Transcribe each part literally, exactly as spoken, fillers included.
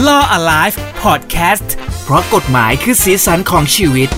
Law Alive Podcast เพราะกฎหมายคือสีสันของชีวิต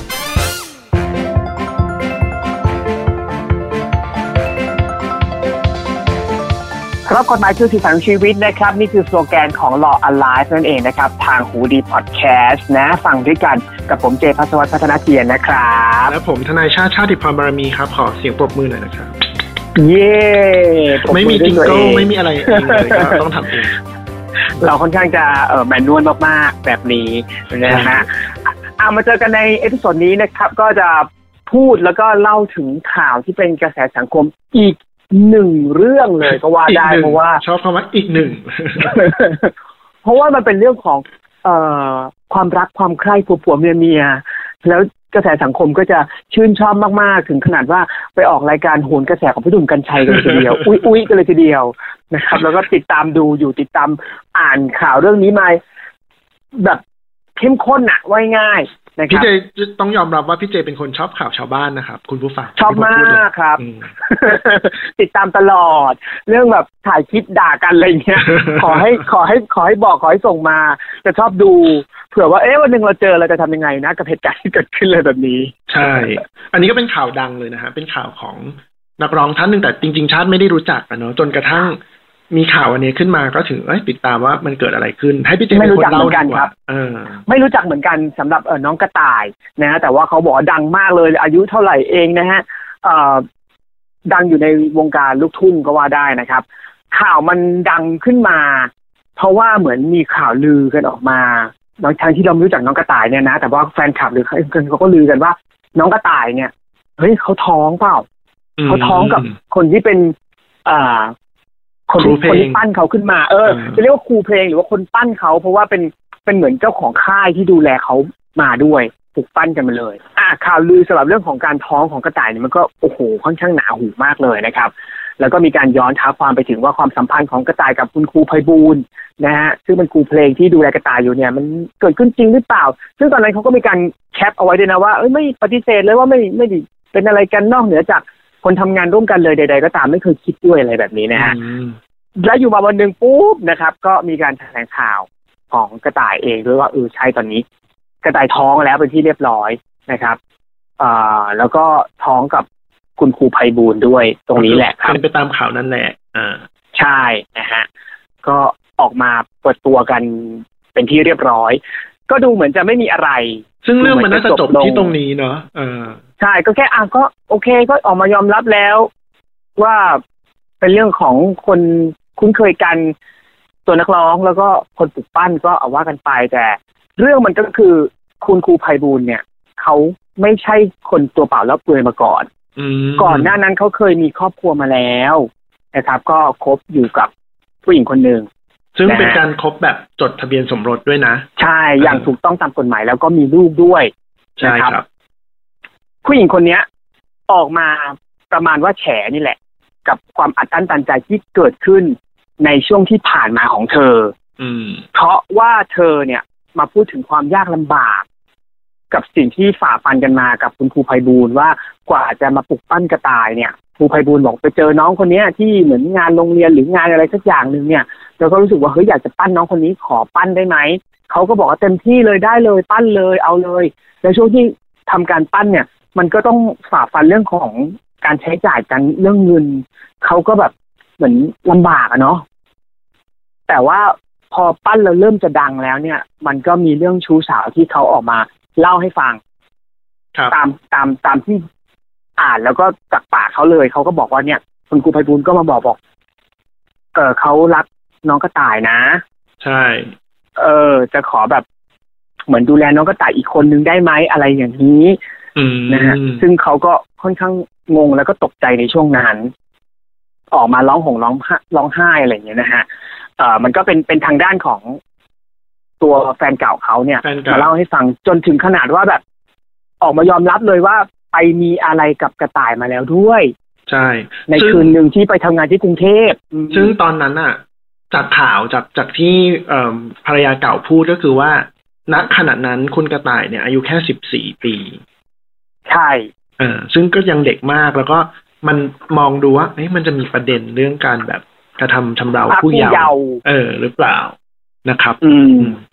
ครับกฎหมายคือสีสันของชีวิตนะครับนี่คือสโลแกนของ Law Alive นั่นเองนะครับทางหูดีพอดแคสต์นะฟังด้วยกันกับผมเจภัสวัฒน์พัฒนาเกียรตินะครับและผมทนายชาติชาติพรบารมีครับขอเสียงปรบมือหน่อยนะครับเย้ไม่มีจิงเกิลไม่มีอะไรเองเลยก็ต้องทำเองเราค่อนข้างจะเอ่อแมนนวลมากๆแบบนี้นะฮะเอามาเจอกันในเอพิโซดนี้นะครับก็จะพูดแล้วก็เล่าถึงข่าวที่เป็นกระแสสังคมอีกหนึ่งเรื่องเลยก็ว่าได้เพราะว่าชอบคำว่าอีกหนึ่งเพราะว่ามันเป็นเรื่องของเอ่อความรักความใคร่ผัวๆเมียๆแล้วกระแสสังคมก็จะชื่นชอบมากๆถึงขนาดว่าไปออกรายการโหนกระแสของพี่หนุ่มกรรชัยกันเลยทีเดียว อุ้ยๆกันเลยทีเดียวนะครับแล้วก็ติดตามดูอยู่ติดตามอ่านข่าวเรื่องนี้มาแบบเข้มข้นอ่ะว่าง่ายนะครับพี่เจต้องยอมรับว่าพี่เจเป็นคนชอบข่าวชาวบ้านนะครับคุณผู้ฟังชอบมากครับ ติดตามตลอดเรื่องแบบถ่ายคลิปด่ากันอะไรเงี้ย ขอให้ขอให้ขอให้บอกขอให้ส่งมาจะชอบดูเผื่อว่าเอ๊ะวันหนึ่งเราเจอเราจะทำยังไงนะกับเหตุการณ์ที่เกิดขึ้นเลยแบบนี้ใช่อันนี้ก็เป็นข่าวดังเลยนะฮะเป็นข่าวของนักร้องท่านหนึ่งแต่จริงๆชาติไม่ได้รู้จักนะเนาะจนกระทั่งมีข่าวอันนี้ขึ้นมาก็ถึงเอ้ยติดตามว่ามันเกิดอะไรขึ้นให้พี่เจเป็นคนเล่าดีกว่าเออไม่รู้จักเหมือนกันสำหรับเออน้องกระต่ายนะฮะแต่ว่าเขาบอกดังมากเลยอายุเท่าไหร่เองนะฮะเอ่อดังอยู่ในวงการลูกทุ่งก็ว่าได้นะครับข่าวมันดังขึ้นมาเพราะว่าเหมือนมีข่าวลือกันออกมาบางครั้งที่เราไม่รู้จักน้องกระต่ายเนี่ยนะแต่ว่าแฟนคลับหรือเขาก็ลือกันว่าน้องกระต่ายเนี่ยเฮ้ยเขาท้องเปล่าเขาท้องกับคนที่เป็นอ่าคนที่คนที่ปั้นเขาขึ้นมาเออจะเรียกว่าครูเพลงหรือว่าคนปั้นเขาเพราะว่าเป็นเป็นเหมือนเจ้าของค่ายที่ดูแลเขามาด้วยถูกปั้นกันมาเลยอ่ะข่าวลือสำหรับเรื่องของการท้องของกระต่ายเนี่ยมันก็โอ้โหค่อนข้างหนาหูมากเลยนะครับแล้วก็มีการย้อนท้าความไปถึงว่าความสัมพันธ์ของกระต่ายกับคุณครูไพบูลย์นะฮะซึ่งเป็นครูเพลงที่ดูแลกระต่ายอยู่เนี่ยมันเกิดขึ้นจริงหรือเปล่าซึ่งตอนนั้นเขาก็มีการแคปเอาไว้ด้วยนะว่าเอ้ยไม่ปฏิเสธเลยว่าไม่ไม่เป็นอะไรกันนอกเหนือจากคนทำงานร่วมกันเลยใดๆก็ตามไม่เคยคิดด้วยอะไรแบบนี้นะฮะแล้วอยู่มาวันหนึ่งปุ๊บนะครับก็มีการแถลงข่าวของกระต่ายเองด้วยว่าเออใช่ตอนนี้กระต่ายท้องแล้วเป็นที่เรียบร้อยนะครับอ่าแล้วก็ท้องกับคุณครูไพบูลย์ด้วยตรงนี้แหละครับเป็นไปตามข่าวนั่นแหละอ่าใช่นะฮะก็ออกมาเปิดตัวกันเป็นที่เรียบร้อยก็ดูเหมือนจะไม่มีอะไรซึ่งเรื่องมันน่าจะจบที่ตรงนี้เนาะเออใช่ก็แค่อ่ะก็โอเคก็ออกมายอมรับแล้วว่าเป็นเรื่องของคนคุ้นเคยกันตัวนักร้องแล้วก็คนปลุกปั้นก็เอาว่ากันไปแต่เรื่องมันก็คือคุณครูไพบูลย์เนี่ยเขาไม่ใช่คนตัวเปล่าแล้วเปลือยมาก่อนก่อนหน้านั้นเขาเคยมีครอบครัวมาแล้วนะครับก็คบอยู่กับผู้หญิงคนหนึ่งซึ่งเป็นการคบแบบจดทะเบียนสมรสด้วยนะใช่อย่างถูกต้องตามกฎหมายแล้วก็มีลูกด้วยใช่ครับผู้หญิงคนนี้ออกมาประมาณว่าแฉนี่แหละกับความอัดอั้นตันใจที่เกิดขึ้นในช่วงที่ผ่านมาของเธออืมเพราะว่าเธอเนี่ยมาพูดถึงความยากลำบากกับสิ่งที่ฝ่าฟันกันมากับคุณครูไพบูลย์ว่ากว่าจะมาปลุกปั้นกระต่ายเนี่ยครูไพบูลย์บอกไปเจอน้องคนนี้ที่เหมือนงานโรงเรียนหรืองานอะไรสักอย่างนึงเนี่ยแล้วก็รู้สึกว่าเฮ้ยอยากจะปั้นน้องคนนี้ขอปั้นได้ไหมเขาก็บอกว่าเต็มที่เลยได้เลยปั้นเลยเอาเลยแล้วช่วงที่ทำการปั้นเนี่ยมันก็ต้องฝ่าฟันเรื่องของการใช้จ่ายกันเรื่องเงินเขาก็แบบเหมือนลำบากอะเนาะแต่ว่าพอปั้นเราเริ่มจะดังแล้วเนี่ยมันก็มีเรื่องชู้สาวที่เขาออกมาเล่าให้ฟังตามตามตามที่อ่านแล้วก็จากปากเขาเลยเขาก็บอกว่าเนี่ยคุณครูไพบูลย์ก็มาบอกบอกเออเขารักน้องกระต่ายนะใช่เออจะขอแบบเหมือนดูแลน้องกระต่ายอีกคนนึงได้ไหมอะไรอย่างนี้นะฮะซึ่งเขาก็ค่อนข้างงงแล้วก็ตกใจในช่วงนั้นออกมาร้องห่มร้องร้องไห้อะไรอย่างเงี้ยนะฮะเอ่อมันก็เป็นเป็นทางด้านของตัวแฟนเก่าเขาเนี่ยมาเล่าให้ฟังจนถึงขนาดว่าแบบออกมายอมรับเลยว่าไปมีอะไรกับกระต่ายมาแล้วด้วยใช่ในคืนหนึ่งที่ไปทำงานที่กรุงเทพซึ่งตอนนั้นอ่ะจากข่าวจากจากที่เอ่อภรรยาเก่าพูดก็คือว่าณขณะนั้นคุณกระต่ายเนี่ยอายุแค่สิบสี่ปีใช่เออซึ่งก็ยังเด็กมากแล้วก็มันมองดูว่าเอ้ยมันจะมีประเด็นเรื่องการแบบกระทำชำเราผู้เยาว์เออหรือเปล่านะครับอืม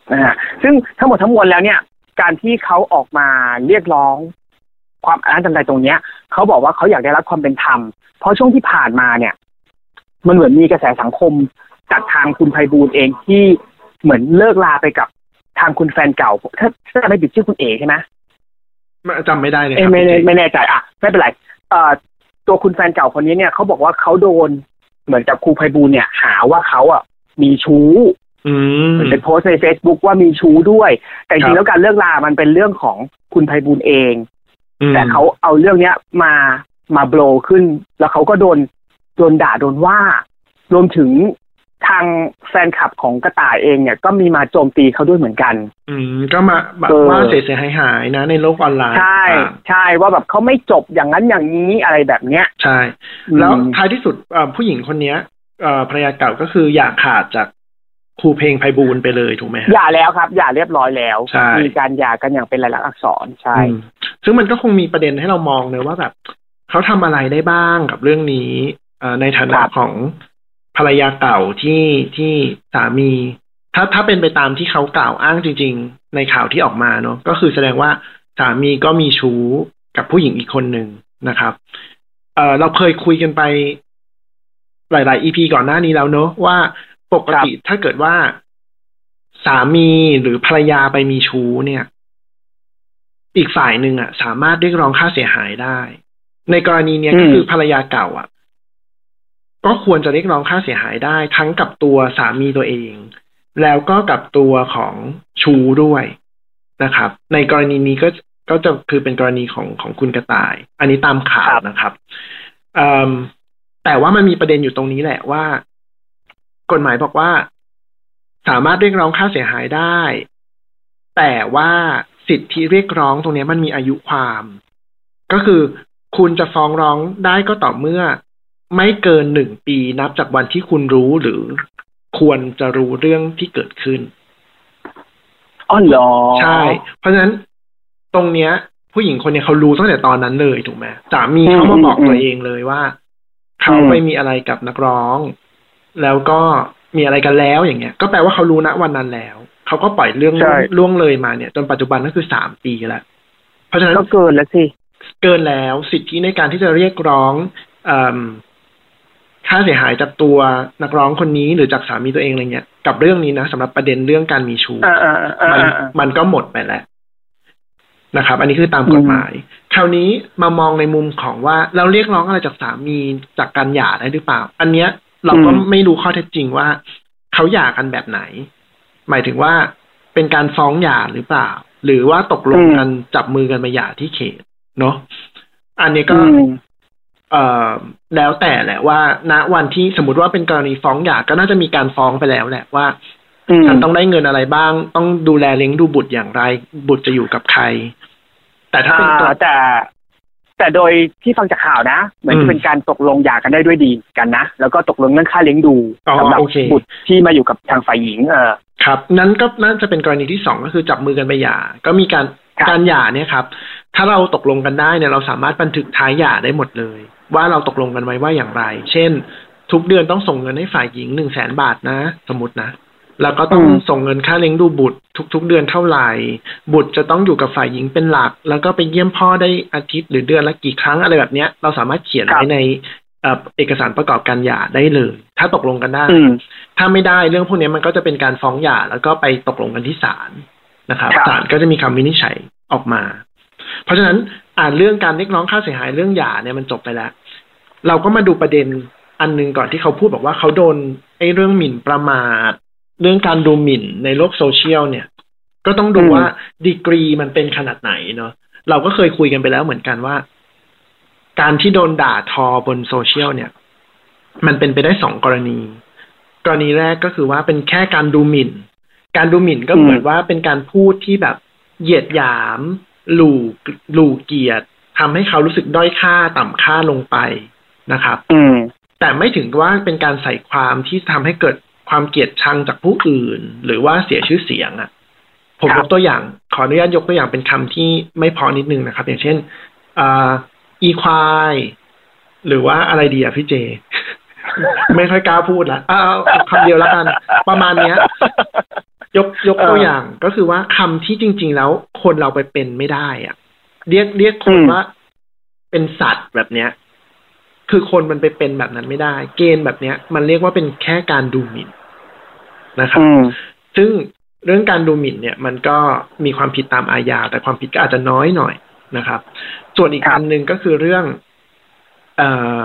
นะฮะซึ่งทั้งหมดทั้งมวลแล้วเนี่ยการที่เขาออกมาเรียกร้องความอันตรายตรงเนี้ยเขาบอกว่าเขาอยากได้รับความเป็นธรรมเพราะช่วงที่ผ่านมาเนี่ยมันเหมือนมีกระแสสังคมจากทางคุณไพบูลย์เองที่เหมือนเลิกลาไปกับทางคุณแฟนเก่าถ้าถ้าไม่ผิดชื่อคุณเอใช่ไหมจำไม่ได้เลยครับไม่ไม่แน่ใจอ่ะไม่เป็นไรเอ่อตัวคุณแฟนเก่าคนนี้เนี่ยเขาบอกว่าเขาโดนเหมือนกับครูไพบูลย์เนี่ยหาว่าเขาอ่ะมีชู้เป็นโพสต์ใน Facebook ว่ามีชู้ด้วยแต่จริงแล้วการเลิกลามันเป็นเรื่องของคุณไพบูลย์เองแต่เขาเอาเรื่องเนี้ยมามาโบว์ขึ้นแล้วเขาก็โดนโดนด่าโดนว่ารวมถึงทางแฟนคลับของกระต่ายเองเนี่ยก็มีมาโจมตีเขาด้วยเหมือนกันอืมก็มาแบบว่าเสียหายๆนะในโลกออนไลน์ใช่ใช่ว่าแบบเขาไม่จบอย่างนั้นอย่างนี้อะไรแบบเนี้ยใช่แล้วท้ายที่สุดผู้หญิงคนนี้ภรรยาเก่าก็คืออย่าขาดจากครูเพลงไพบูลย์ไปเลยถูกไหมหย่าแล้วครับหย่าเรียบร้อยแล้วมีการหย่ากันอย่างเป็นลายลักษณ์อักษรใช่ซึ่งมันก็คงมีประเด็นให้เรามองเลยว่าแบบเขาทำอะไรได้บ้างกับเรื่องนี้ในฐานะของภรรยาเก่าที่ที่สามีถ้าถ้าเป็นไปตามที่เขากล่าวอ้างจริงๆในข่าวที่ออกมาเนาะก็คือแสดงว่าสามีก็มีชู้กับผู้หญิงอีกคนหนึ่งนะครับเอ่อเราเคยคุยกันไปหลายๆ อี พี ก่อนหน้านี้แล้วเนาะว่าปกติถ้าเกิดว่าสามีหรือภรรยาไปมีชู้เนี่ยอีกฝ่ายหนึ่งอ่ะสามารถเรียกร้องค่าเสียหายได้ในกรณีเนี้ยก็คือภรรยาเก่าอ่ะก็ควรจะเรียกร้องค่าเสียหายได้ทั้งกับตัวสามีตัวเองแล้วก็กับตัวของชู้ด้วยนะครับในกรณีนี้ก็ก็จะคือเป็นกรณีของของคุณกระต่ายอันนี้ตามข่าวนะครับแต่ว่ามันมีประเด็นอยู่ตรงนี้แหละว่ากฎหมายบอกว่าสามารถเรียกร้องค่าเสียหายได้แต่ว่าสิทธิเรียกร้องตรงนี้มันมีอายุความก็คือคุณจะฟ้องร้องได้ก็ต่อเมื่อไม่เกินหนึ่งปีนับจากวันที่คุณรู้หรือควรจะรู้เรื่องที่เกิดขึ้นอ๋อเหรอใช่เพราะฉะนั้นตรงเนี้ยผู้หญิงคนนี้เขารู้ตั้งแต่ตอนนั้นเลยถูกไหมสามีเขามาบอกตัวเองเลยว่าเขาไปมีอะไรกับนักร้องแล้วก็มีอะไรกันแล้วอย่างเงี้ยก็แปลว่าเขารู้ณวันนั้นแล้วเขาก็ปล่อยเรื่องล่วงเลยมาเนี่ยจนปัจจุบันก็คือสามปีแล้วเพราะฉะนั้นก็เกินแล้วสิเกินแล้วสิทธิในการที่จะเรียกร้องค่าเสียหายจากตัวนักร้องคนนี้หรือจากสามีตัวเองอะไรเงี้ยกับเรื่องนี้นะสำหรับประเด็นเรื่องการมีชู้มันมันก็หมดไปแล้วนะครับอันนี้คือตามกฎหมายคราวนี้มามองในมุมของว่าเราเรียกร้องอะไรจากสามีจากการหย่าได้หรือเปล่าอันเนี้ยเราก็ไม่รู้ข้อเท็จจริงว่าเขาหย่ากันแบบไหนหมายถึงว่าเป็นการฟ้องหย่าหรือเปล่าหรือว่าตกลงกันจับมือกันมาหย่าที่เขตเนาะอันนี้ก็เอ่อแล้วแต่แหละว่าณวันที่สมมติว่าเป็นกรณีฟ้องหย่าก็น่าจะมีการฟ้องไปแล้วแหละว่าฉันต้องได้เงินอะไรบ้างต้องดูแลเลี้ยงดูบุตรอย่างไรบุตรจะอยู่กับใครแต่ถ้าเป็นตัวแต่แต่โดยที่ฟังจากข่าวนะเหมือนจะเป็นการตกลงหย่ากันได้ด้วยดีกันนะแล้วก็ตกลงเรื่องค่าเลี้ยงดูสำหรับบุตรที่มาอยู่กับทางฝ่ายหญิงเออครับนั้นก็น่าจะเป็นกรณีที่สองก็คือจับมือกันไปหย่าก็มีการการหย่าเนี่ยครับถ้าเราตกลงกันได้เนี่ยเราสามารถบันทึกท้ายหย่าได้หมดเลยว่าเราตกลงกันไว้ว่าอย่างไรเช่นทุกเดือนต้องส่งเงินให้ฝ่ายหญิงหนึ่งแสนบาทนะสมมตินะแล้วก็ต้องส่งเงินค่าเลี้ยงดูบุตรทุกๆเดือนเท่าไหร่บุตรจะต้องอยู่กับฝ่ายหญิงเป็นหลักแล้วก็ไปเยี่ยมพ่อได้อาทิตย์หรือเดือนละกี่ครั้งอะไรแบบเนี้ยเราสามารถเขียนไว้ในเอกสารประกอบการหย่าได้เลยถ้าตกลงกันได้ถ้าไม่ได้เรื่องพวกนี้มันก็จะเป็นการฟ้องหย่าแล้วก็ไปตกลงกันที่ศาลนะครับศาลก็จะมีคำวินิจฉัยออกมาเพราะฉะนั้นอ่านเรื่องการเรียกร้องค่าเสียหายเรื่องหย่าเนี่ยมันจบไปแล้วเราก็มาดูประเด็นอันนึงก่อนที่เขาพูดบอกว่าเขาโดนไอ้เรื่องหมิ่นประมาทเรื่องการดูหมิ่นในโลกโซเชียลเนี่ยก็ต้องดูว่าดีกรีมันเป็นขนาดไหนเนาะเราก็เคยคุยกันไปแล้วเหมือนกันว่าการที่โดนด่าทอบนโซเชียลเนี่ยมันเป็นไปได้สองกรณีกรณีแรกก็คือว่าเป็นแค่การดูหมิ่นการดูหมิ่นก็เหมือนว่าเป็นการพูดที่แบบเหยียดหยามหลู่หลู่เกียรติทำให้เขารู้สึกด้อยค่าต่ำค่าลงไปนะครับแต่ไม่ถึงว่าเป็นการใส่ความที่ทำให้เกิดความเกลียดชังจากผู้อื่นหรือว่าเสียชื่อเสียงอ่ะผมยกตัวอย่างขออนุญาตยกตัวอย่างเป็นคำที่ไม่พอนิดนึงนะครับอย่างเช่นอ่าอีควายหรือว่าอะไรดีอ่ะพี่เจ ไม่ค่อยกล้าพูดละเอาคำเดียวแล้วกันประมาณเนี้ยยกยกตัวอย่างก็คือว่าคำที่จริงๆแล้วคนเราไปเป็นไม่ได้อ่ะเรียกเรียกคนว่าเป็นสัตว์แบบเนี้ยคือคนมันไปเป็นแบบนั้นไม่ได้เกณฑ์แบบเนี้ยมันเรียกว่าเป็นแค่การดูหมิ่นนะครับซึ่งเรื่องการดูหมิ่นเนี่ยมันก็มีความผิดตามอาญาแต่ความผิดก็อาจจะน้อยหน่อยนะครับส่วนอีกอันนึงก็คือเรื่องเอ่อ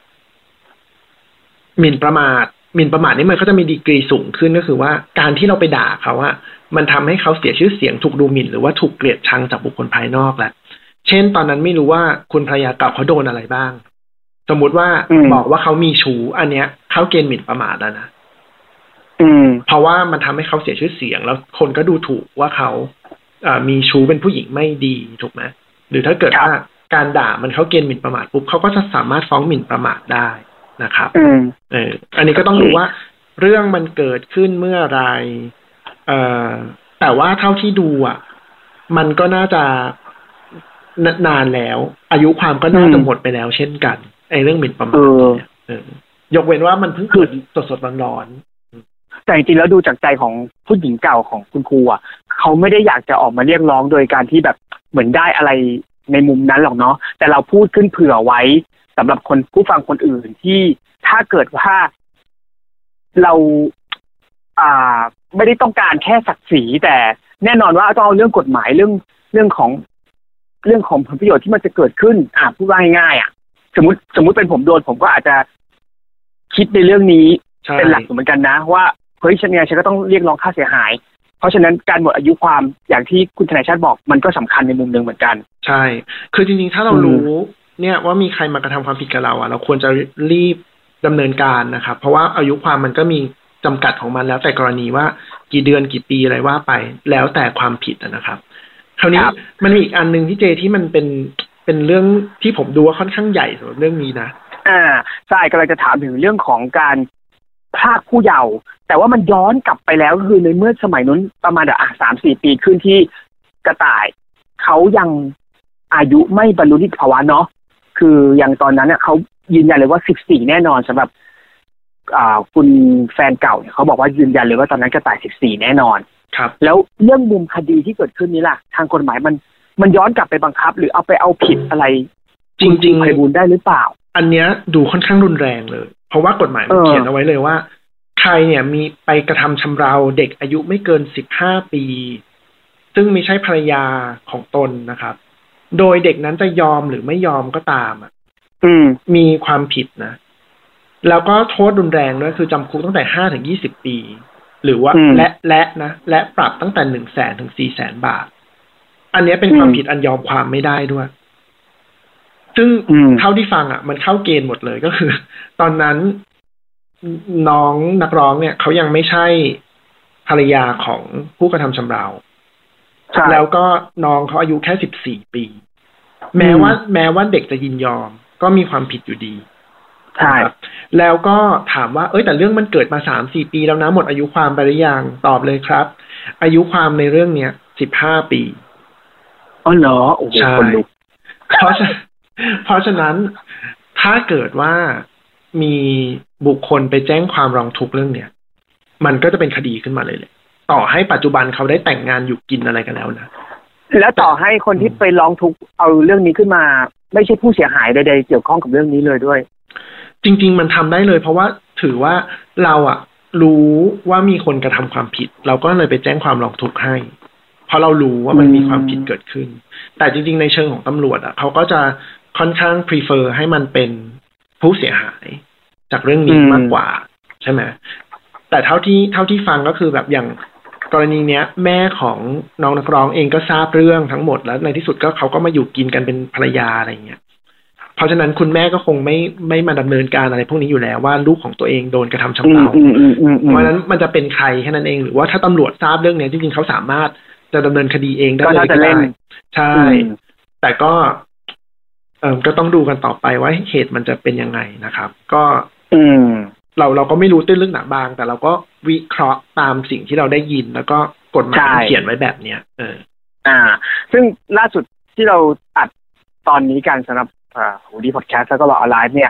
หมิ่นประมาทหมิ่นประมาทนี่มันก็จะมีดีกรีสูงขึ้นก็คือว่าการที่เราไปด่าเขาว่ามันทำให้เขาเสียชื่อเสียงถูกดูหมิ่นหรือว่าถูกเกลียดชังจากบุคคลภายนอกแหละเช่นตอนนั้นไม่รู้ว่าคุณภรรยาเก่าเขาโดนอะไรบ้างสมมุติว่าบอกว่าเขามีชู้อันเนี้ยเขาเกณฑ์หมิ่นประมาทแล้วนะเพราะว่ามันทำให้เขาเสียชื่อเสียงแล้วคนก็ดูถูกว่าเขาเอ่อมีชู้เป็นผู้หญิงไม่ดีถูกไหมหรือถ้าเกิดว่าการด่ามันเขาเกณฑ์หมิ่นประมาทปุ๊บเขาก็จะสามารถฟ้องหมิ่นประมาทได้นะครับเอออันนี้ก็ต้องดูว่าเรื่องมันเกิดขึ้นเมื่อไรเอ่อแต่ว่าเท่าที่ดูอ่ะมันก็น่าจะนานแล้วอายุความก็น่าจะหมดไปแล้วเช่นกันไอ้เรื่องหมิ่นประมาทเนี่ยเออยกเว้นว่ามันเพิ่งเกิดสดๆร้อนๆแต่จริงๆแล้วดูจากใจของผู้หญิงเก่าของคุณครูอ่ะเขาไม่ได้อยากจะออกมาเรียกร้องโดยการที่แบบเหมือนได้อะไรในมุมนั้นหรอกเนาะแต่เราพูดขึ้นเผื่อไว้สำหรับคนผู้ฟังคนอื่นที่ถ้าเกิดว่าเราอ่าไม่ได้ต้องการแค่ศักดิ์ศรีแต่แน่นอนว่าต้องเอาเรื่องกฎหมายเรื่องเรื่องของเรื่องของผลประโยชน์ที่มันจะเกิดขึ้นอ่าพูดง่ายๆอ่ะสมมติสมมติเป็นผมโดนผมก็อาจจะคิดในเรื่องนี้เป็นหลักเหมือนกันนะว่าเฮ้ยฉันเนี่ยฉันก็ต้องเรียกร้องค่าเสียหายเพราะฉะนั้นการหมดอายุความอย่างที่คุณทนายชาติบอกมันก็สำคัญในมุมนึงเหมือนกันใช่คือจริงๆถ้าเรารู้เนี่ยว่ามีใครมากระทำความผิดกับเราอ่ะเราควรจะรีบดำเนินการนะครับเพราะว่าอายุความมันก็มีจำกัดของมันแล้วแต่กรณีว่ากี่เดือนกี่ปีอะไรว่าไปแล้วแต่ความผิดนะครับคราวนี้มันมีอีกอันนึงที่เจที่มันเป็นเป็นเรื่องที่ผมดูว่าค่อนข้างใหญ่สำหรับเรื่องนี้นะอ่าใช่กำลังจะถามถึงเรื่องของการพรากผู้เยาว์แต่ว่ามันย้อนกลับไปแล้วก็คือในเมื่อสมัยนั้นประมาณอ่ะสามสี่ปีขึ้นที่กระต่ายเขายังอายุไม่บรรลุนิติภาวะเนาะคืออย่างตอนนั้นเนี่ยเขายืนยันเลยว่าสิบสี่แน่นอนสำหรับอ่าคุณแฟนเก่าเนี่ยเขาบอกว่ายืนยันเลยว่าตอนนั้นกระต่ายสิบสี่แน่นอนครับแล้วเรื่องมุมคดีที่เกิดขึ้นนี้ล่ะทางกฎหมายมันมันย้อนกลับไปบังคับหรือเอาไปเอาผิดอะไรจริงๆไพบูลย์ได้หรือเปล่าอันเนี้ยดูค่อนข้างรุนแรงเลยเพราะว่ากฎหมายมันเขียนเอาไว้เลยว่าใครเนี่ยมีไปกระทำชำเราเด็กอายุไม่เกินสิบห้าปีซึ่งไม่ใช่ภรรยาของตนนะครับโดยเด็กนั้นจะยอมหรือไม่ยอมก็ตามอ่ะมีความผิดนะแล้วก็โทษรุนแรงด้วยคือจำคุกตั้งแต่ห้าถึงยี่สิบปีหรือว่าและและนะและปรับตั้งแต่หนึ่งแสนถึงสี่แสนบาทอันนี้เป็นความผิดอันยอมความไม่ได้ด้วยซึ่งเท่าที่ฟังอ่ะมันเข้าเกณฑ์หมดเลยก็คือตอนนั้นน้องนักร้องเนี่ยเขายังไม่ใช่ภรรยาของผู้กระทำชำเราแล้วก็น้องเขาอายุแค่สิบสี่ปีแม้ว่าแม้ว่าเด็กจะยินยอมก็มีความผิดอยู่ดีใช่แล้วก็ถามว่าเอ้ยแต่เรื่องมันเกิดมาสามสี่ปีแล้วนะหมดอายุความไปหรือยังตอบเลยครับอายุความในเรื่องเนี้ยสิบห้าปีอ๋อเหรอโอ้โหคนลุกเพราะเพราะฉะนั้นถ้าเกิดว่ามีบุคคลไปแจ้งความร้องทุกข์เรื่องเนี้ยมันก็จะเป็นคดีขึ้นมาเลยเลยต่อให้ปัจจุบันเขาได้แต่งงานอยู่กินอะไรกันแล้วนะแล้วต่อให้คนที่ไปร้องทุกข์เอาเรื่องนี้ขึ้นมาไม่ใช่ผู้เสียหายใดๆเกี่ยวข้องกับเรื่องนี้เลยด้วยจริงๆมันทำได้เลยเพราะว่าถือว่าเราอะรู้ว่ามีคนกระทำความผิดเราก็เลยไปแจ้งความร้องทุกข์ให้เพราะเรารู้ว่ามันมีความผิดเกิดขึ้นแต่จริงๆในเชิงของตำรวจอะเขาก็จะค่อนข้าง prefer ให้มันเป็นผู้เสียหายจากเรื่องนี้มากกว่าใช่ไหมแต่เท่าที่เท่าที่ฟังก็คือแบบอย่างกรณีเนี้ยแม่ของน้องนักร้องเองก็ทราบเรื่องทั้งหมดแล้วในที่สุดก็เขาก็มาอยู่กินกันเป็นภรรยาอะไรเงี้ยเพราะฉะนั้นคุณแม่ก็คงไม่ไม่มาดำเนินการอะไรพวกนี้อยู่แล้วว่าลูกของตัวเองโดนกระทำชำเราเพราะฉะนั้นมันจะเป็นใครแค่นั้นเองหรือว่าถ้าตำรวจทราบเรื่องนี้จริงๆเขาสามารถจะดำเนินคดีเองได้เลยก็ได้ใช่แต่ก็เออก็ต้องดูกันต่อไปว่าเหตุมันจะเป็นยังไงนะครับก็เราเราก็ไม่รู้ตื้นลึกหนาบางแต่เราก็วิเคราะห์ตามสิ่งที่เราได้ยินแล้วก็กฎหมายเขียนไว้แบบเนี้ยเอออ่าซึ่งล่าสุดที่เราอัดตอนนี้กันสำหรับอ่าฮูดี้พอดแคสต์แล้วก็บอกออนไลน์เนี่ย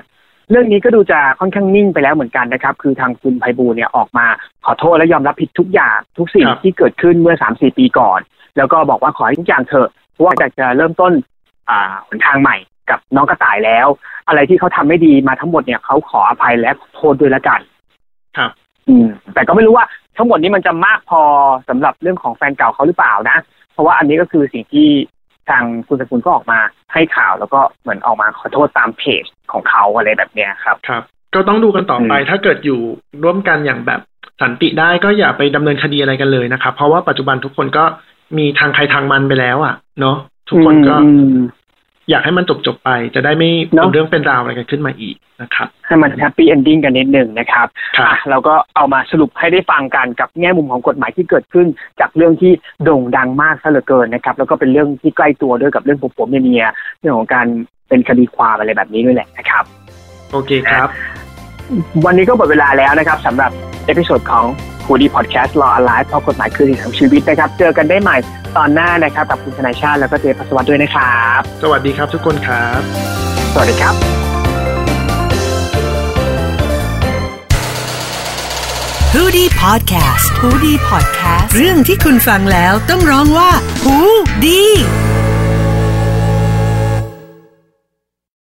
เรื่องนี้ก็ดูจะค่อนข้างนิ่งไปแล้วเหมือนกันนะครับคือทางคุณไพบูลย์เนี่ยออกมาขอโทษและยอมรับผิดทุกอย่างทุกสิ่งที่เกิดขึ้นเมื่อ สามสี่ ปีก่อนแล้วก็บอกว่าขอให้ทุกอย่างเถอะเพราะว่าอยากจะเริ่มต้นอ่าหนทางใหม่กับน้องกระต่ายแล้วอะไรที่เขาทำไม่ดีมาทั้งหมดเนี่ยเขาขออภัยและขอโทษด้วยละกันครับอืมแต่ก็ไม่รู้ว่าทั้งหมดนี้มันจะมากพอสำหรับเรื่องของแฟนเก่าเขาหรือเปล่านะเพราะว่าอันนี้ก็คือสิ่งที่ทางคุณสกุลก็ออกมาให้ข่าวแล้วก็เหมือนออกมาขอโทษตามเพจของเขาอะไรแบบเนี้ยครับครับก็ต้องดูกันต่อไปถ้าเกิดอยู่ร่วมกันอย่างแบบสันติได้ก็อย่าไปดำเนินคดีอะไรกันเลยนะครับเพราะว่าปัจจุบันทุกคนก็มีทางใครทางมันไปแล้วอ่ะเนาะทุกคนก็อยากให้มันจบจบไปจะได้ไม่เป็นเรื่องเป็นราวอะไรกันขึ้นมาอีกนะครับให้มันแฮปปี้เอนดิ้งกันนิดหนึ่งนะครับเราก็เอามาสรุปให้ได้ฟังกันกับแง่มุมของกฎหมายที่เกิดขึ้นจากเรื่องที่โด่งดังมากซะเหลือเกินนะครับแล้วก็เป็นเรื่องที่ใกล้ตัวด้วยกับเรื่องผัวๆเมียๆเรื่องของการเป็นคดีความอะไรแบบนี้ด้วยแหละนะครับโอเคครับวันนี้ก็หมดเวลาแล้วนะครับสำหรับเอพิโซดของFoodie Podcast Law Alive เพราะกฎหมายคือสิ่งของชีวิตนะครับเจอกันได้ใหม่ตอนหน้านะครับกับคุณธนายชาติแล้วก็เจพัสวัฒน์ด้วยนะครับสวัสดีครับทุกคนครับสวัสดีครับ Foodie Podcast Foodie Podcast เรื่องที่คุณฟังแล้วต้องร้องว่าหูดี